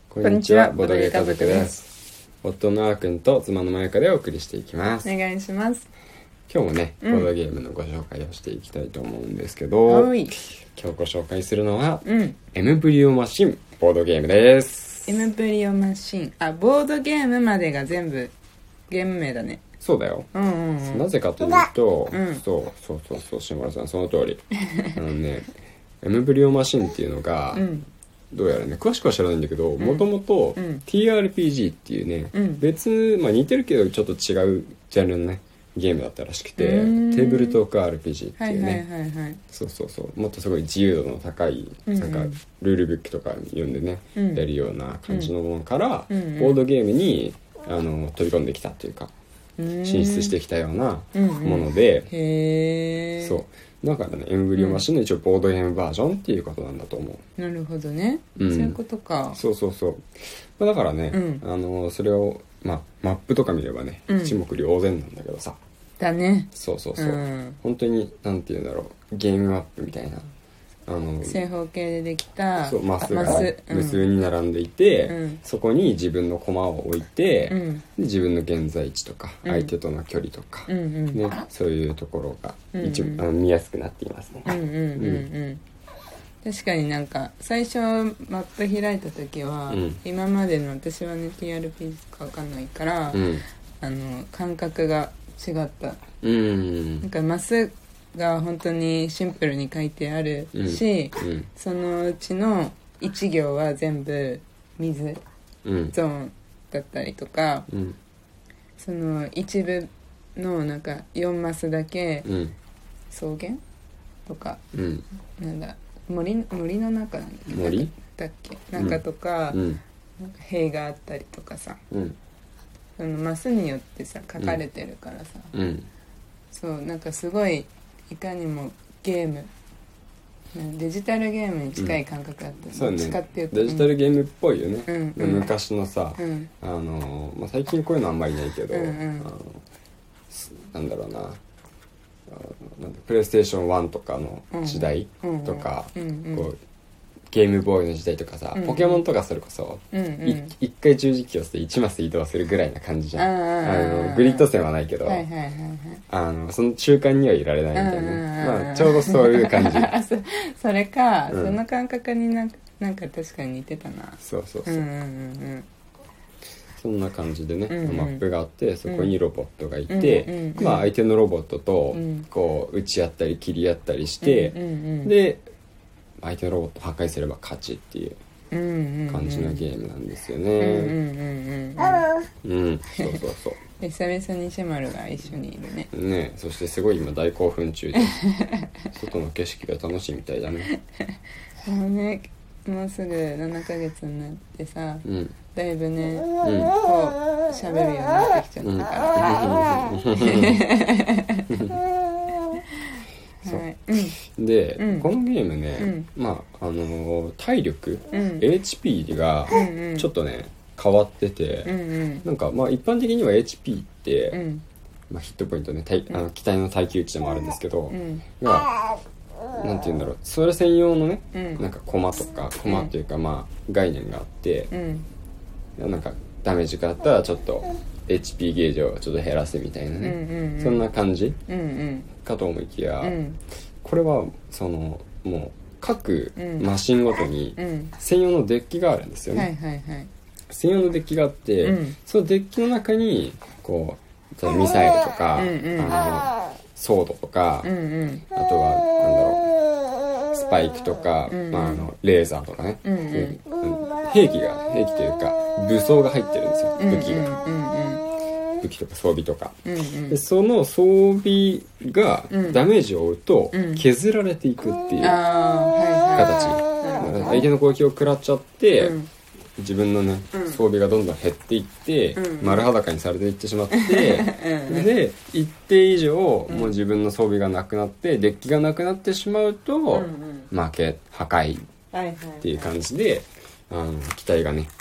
こんにちは、ボドゲ家族です。夫のあーくんと妻のまゆかでお送りしていきます。 お願いします。 今日もね、ボードゲームのご紹介をしていきたいと思うんですけど、今日ご紹介するのは、エムブリオマシンボードゲームです。 エムブリオマシン、ボードゲームまでが全部ゲーム名だね。 そうだよ、なぜかというと、そう志村さんその通りね、エムブリオマシンっていうのが、どうやらね、詳しくは知らないんだけど、もともと TRPG っていうね、別、似てるけどちょっと違うジャンルのねゲームだったらしくて、テーブルトーク RPG っていうね、もっとすごい自由度の高い、なんかルールブックとか読んでね、やるような感じのものから、ボードゲームに飛び込んできたというか、進出してきたようなもので、そうだからね、エムブリオマシンの一応ボードゲームバージョンっていうことなんだと思う。 なるほどね、そういうことか。 そうだからね、それをマップとか見ればね、一目瞭然なんだけどさ。 だね。 本当になんていうんだろう、ゲームマップみたいな、 正方形でできたマスが無数に並んでいて、そこに自分の駒を置いて、自分の現在地とか、相手との距離とか、ね、そういうところが見やすくなっていますね。 確かになんか最初マップ開いた時は、今までの私はね TRPG か分かんないから、感覚が違った。なんかマスが本当にシンプルに書いてあるし、そのうちの1行は全部水、ゾーンだったりとか、その一部のなんか4マスだけ草原とか、なんだ森の中なんだっけ、 森だっけなんかとか、なんか塀があったりとかさ、そのマスによってさ書かれてるからさ、そうなんかすごいいかにもゲーム、デジタルゲームに近い感覚だった、 そうね、デジタルゲームっぽいよね、昔のさ、最近こういうのあんまりないけど、なんだろうな、プレイステーション1とかの時代とか、こうゲームボーイの時代とかさ、ポケモンとかそれこそ、一回十字キーをして1マス移動するぐらいな感じじゃん。グリッド線はないけど、その中間にはいられないみたいな、ちょうどそういう感じ。 それか、その感覚になんか確かに似てたな。 そんな感じでね、マップがあって、そこにロボットがいて、相手のロボットとこう打ち合ったり切り合ったりして、で相手のロボットを破壊すれば勝ちっていう感じのゲームなんですよね。 久々にシェマルが一緒にいるね。 ね、そしてすごい今大興奮中で外の景色が楽しいみたいだね。 もうすぐ7ヶ月になってさ、だいぶね、こう喋るようになってきちゃったからで、このゲームね、体力、HP がちょっとね変わってて、なんか一般的には HP って、ヒットポイントね、機体の耐久値でもあるんですけど、なんて言うんだろう、それ専用のね、なんかコマっていうか概念があって、なんかダメージがあったらちょっと HP ゲージをちょっと減らすみたいなね、そんな感じかと思いきや、これはそのもう各マシンごとに専用のデッキがあるんですよね。専用のデッキがあって、そのデッキの中にこうミサイルとか、ソードとか、あとはスパイクとか、レーザーとかね、兵器というか武装が入ってるんですよ、武器とか装備とか、でその装備がダメージを負うと削られていくっていう形、相手の攻撃を食らっちゃって、自分のね装備がどんどん減っていって、丸裸にされていってしまって、で一定以上もう自分の装備がなくなってデッキがなくなってしまうと、負け破壊っていう感じで機体がね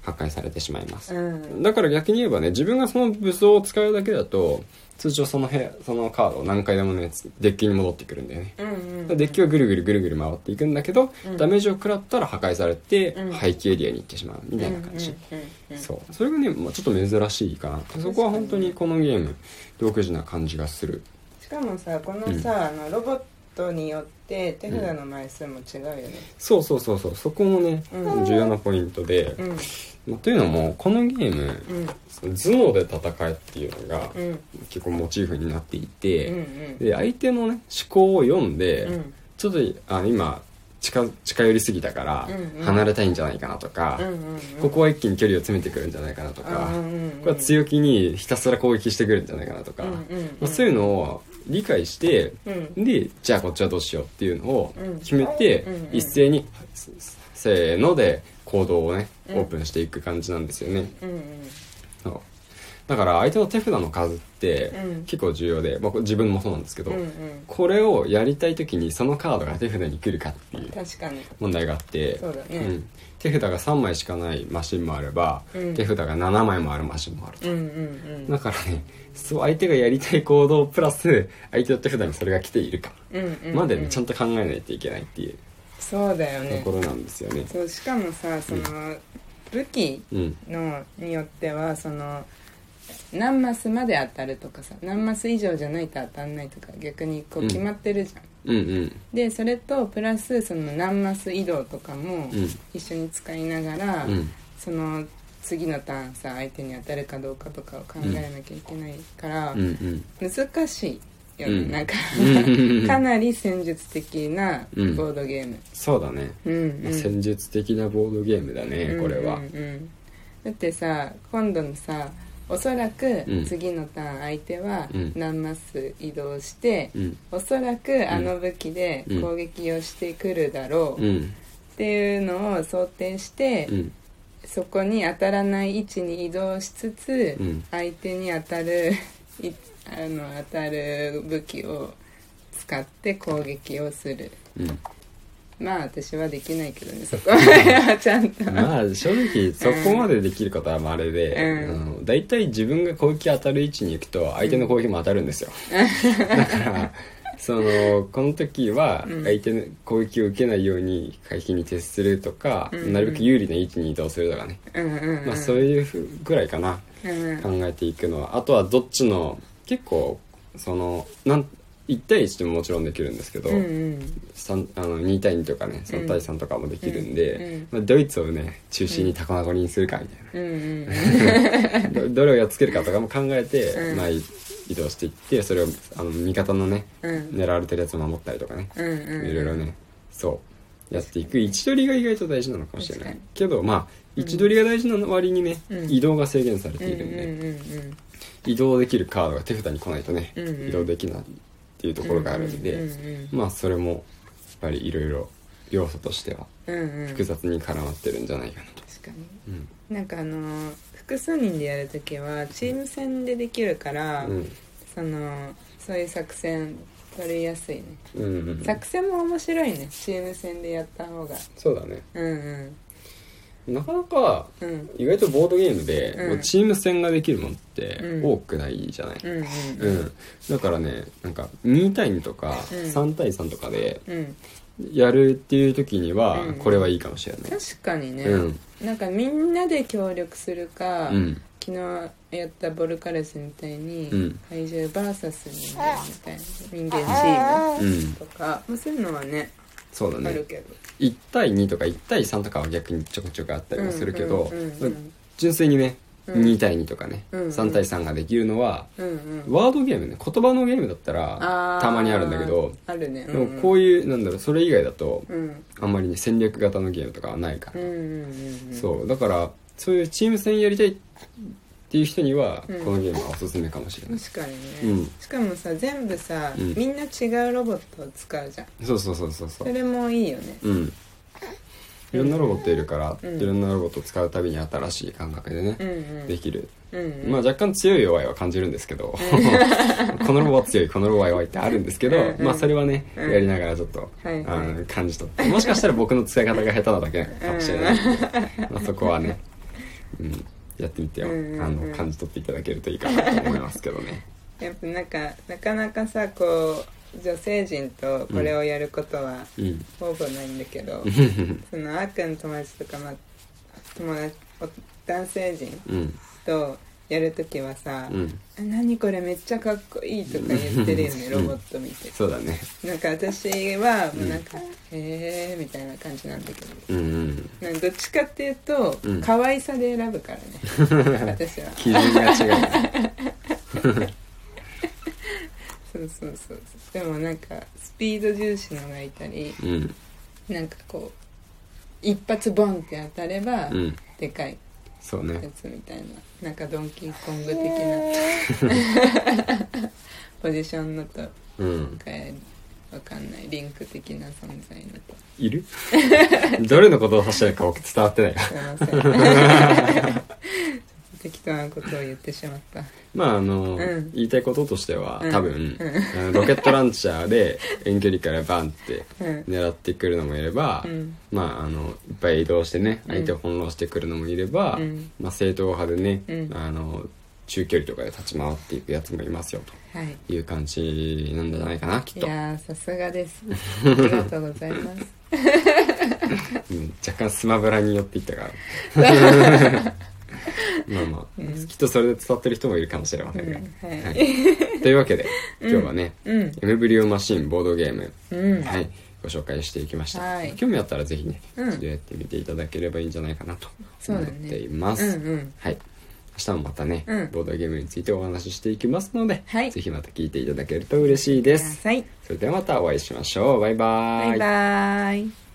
破壊されてしまいます、だから逆に言えばね、自分がその武装を使うだけだと通常そのカードを何回でもねデッキに戻ってくるんだよね、デッキはぐるぐるぐるぐる回っていくんだけど、ダメージを食らったら破壊されて、廃棄エリアに行ってしまうみたいな感じ、そうそれがね、ちょっと珍しいかな。そこは本当にこのゲーム独自な感じがする。 しかもさ、このさ、ロボットによって手札の枚数も違うよね、 そうそこもね、重要なポイントで、というのもこのゲーム、頭脳で戦えっていうのが結構モチーフになっていて、で相手のね思考を読んで、ちょっと今近寄りすぎたから離れたいんじゃないかなとか、ここは一気に距離を詰めてくるんじゃないかなとか、これは強気にひたすら攻撃してくるんじゃないかなとか、そういうのを理解して、でじゃあこっちはどうしようっていうのを決めて、一斉にせーので行動をねオープンしていく感じなんですよね、そうだから相手の手札の数って結構重要で、自分もそうなんですけど、これをやりたい時にそのカードが手札に来るかっていう問題があって、 そうだね、 手札が3枚しかないマシンもあれば、手札が7枚もあるマシンもあると、だからね、そう相手がやりたい行動プラス相手の手札にそれが来ているかまでね、ちゃんと考えないといけないっていうそうだよねところなんですよね。 そうしかもさ、その、武器のによってはその何マスまで当たるとかさ、何マス以上じゃないと当たんないとか逆にこう決まってるじゃん、でそれとプラスその何マス移動とかも一緒に使いながら、その次のターンさ相手に当たるかどうかとかを考えなきゃいけないから、難しいよね、なんかかなり戦術的なボードゲーム、 そうだね、戦術的なボードゲームだね、これは、 だってさ、今度のさおそらく次のターン相手は何マス移動して、おそらくあの武器で攻撃をしてくるだろうっていうのを想定して、そこに当たらない位置に移動しつつ、相手に当たる武器を使って攻撃をする、まあ私はできないけどね、そこはちゃんとまあ正直そこまでできることは稀で、だいたい自分が攻撃当たる位置に行くと相手の攻撃も当たるんですよ、だからこの時は相手の攻撃を受けないように回避に徹するとか、なるべく有利な位置に移動するとかね、そういうぐらいかな、考えていくのは。あとはどっちの結構1対1でももちろんできるんですけど、2対2とかね3対3とかもできるんで、ドイツをね中心にタコナコにするかみたいな、どれをやっつけるかとかも考えて、移動していって、それを味方のね、狙われてるやつを守ったりとかね、いろいろね、そうやっていく位置取りが意外と大事なのかもしれないけど、位置取りが大事な割にね、移動が制限されているんで、移動できるカードが手札に来ないとね、移動できないっていうところがあるんで、それもやっぱりいろいろ要素としては複雑に絡まってるんじゃないかなと。 確かに、なんか複数人でやるときはチーム戦でできるから、そういう作戦取りやすいね、作戦も面白いね、チーム戦でやった方が。 そうだね、なかなか意外とボードゲームでチーム戦ができるもんって多くないじゃない、だからね、なんか2対2とか3対3とかでやるっていう時にはこれはいいかもしれない、 確かにね、なんかみんなで協力するか、昨日やったボルカレスみたいに怪獣 VS 人間みたいな人間チームとか、そういうのはね、 そうだね、 あるけど 1対2とか1対3とかは逆にちょこちょこあったりはするけど、純粋にね2対2とかね、3対3ができるのは、ワードゲームね、言葉のゲームだったらたまにあるんだけど、 あるね、 でもこういうそれ以外だと、あんまりね戦略型のゲームとかはないから、そうだからそういうチーム戦やりたいっていう人には、このゲームはおすすめかもしれない。 確かにね、しかもさ全部さ、みんな違うロボットを使うじゃん。そうそれもいいよね。 いろんなロボットいるから、いろんなロボットを使うたびに新しい感覚でね、できる、若干強い弱いは感じるんですけどこのロボは強い、このロボは弱いってあるんですけど、それはね、やりながらちょっと、感じ取って、もしかしたら僕の使い方が下手なだけかもしれないのでそこはねやってみてよ、感じ取っていただけるといいかなと思いますけどね。 やっぱなかなかさこう女性陣とこれをやることはほぼないんだけど、そのあーくん友達とか、男性陣とやるときはさ、何これめっちゃかっこいいとか言ってるよね、ロボット見て。 そうだね。 なんか私はもうなんか、へーみたいな感じなんだけど、なんかどっちかっていうと、可愛さで選ぶからね私は。 基準が違うねそうでもなんかスピード重視のがいたり、なんかこう一発ボンって当たれば、でかいそうね、 やつみたいな、なんかドンキーコング的なポジションのと、わかんないリンク的な存在のといるどれのことを指してるか僕伝わってないすいません適当なことを言ってしまった。 まあ言いたいこととしては、多分、ロケットランチャーで遠距離からバンって狙ってくるのもいれば、まあいっぱい移動してね相手を翻弄してくるのもいれば、まあ、正統派でね、中距離とかで立ち回っていくやつもいますよという感じなんじゃないかな、きっと。 いやさすがですありがとうございます若干スマブラに寄っていったからまあまあ、きっとそれで伝わってる人もいるかもしれませんが、というわけで今日はね、エムブリオマシンボードゲーム、ご紹介していきました。興味あったらぜひね、一度やってみていただければいいんじゃないかなと思っています。はい、明日もまたね、ボードゲームについてお話ししていきますので、ぜひまた聞いていただけると嬉しいです。それではまたお会いしましょう。バイバーイ。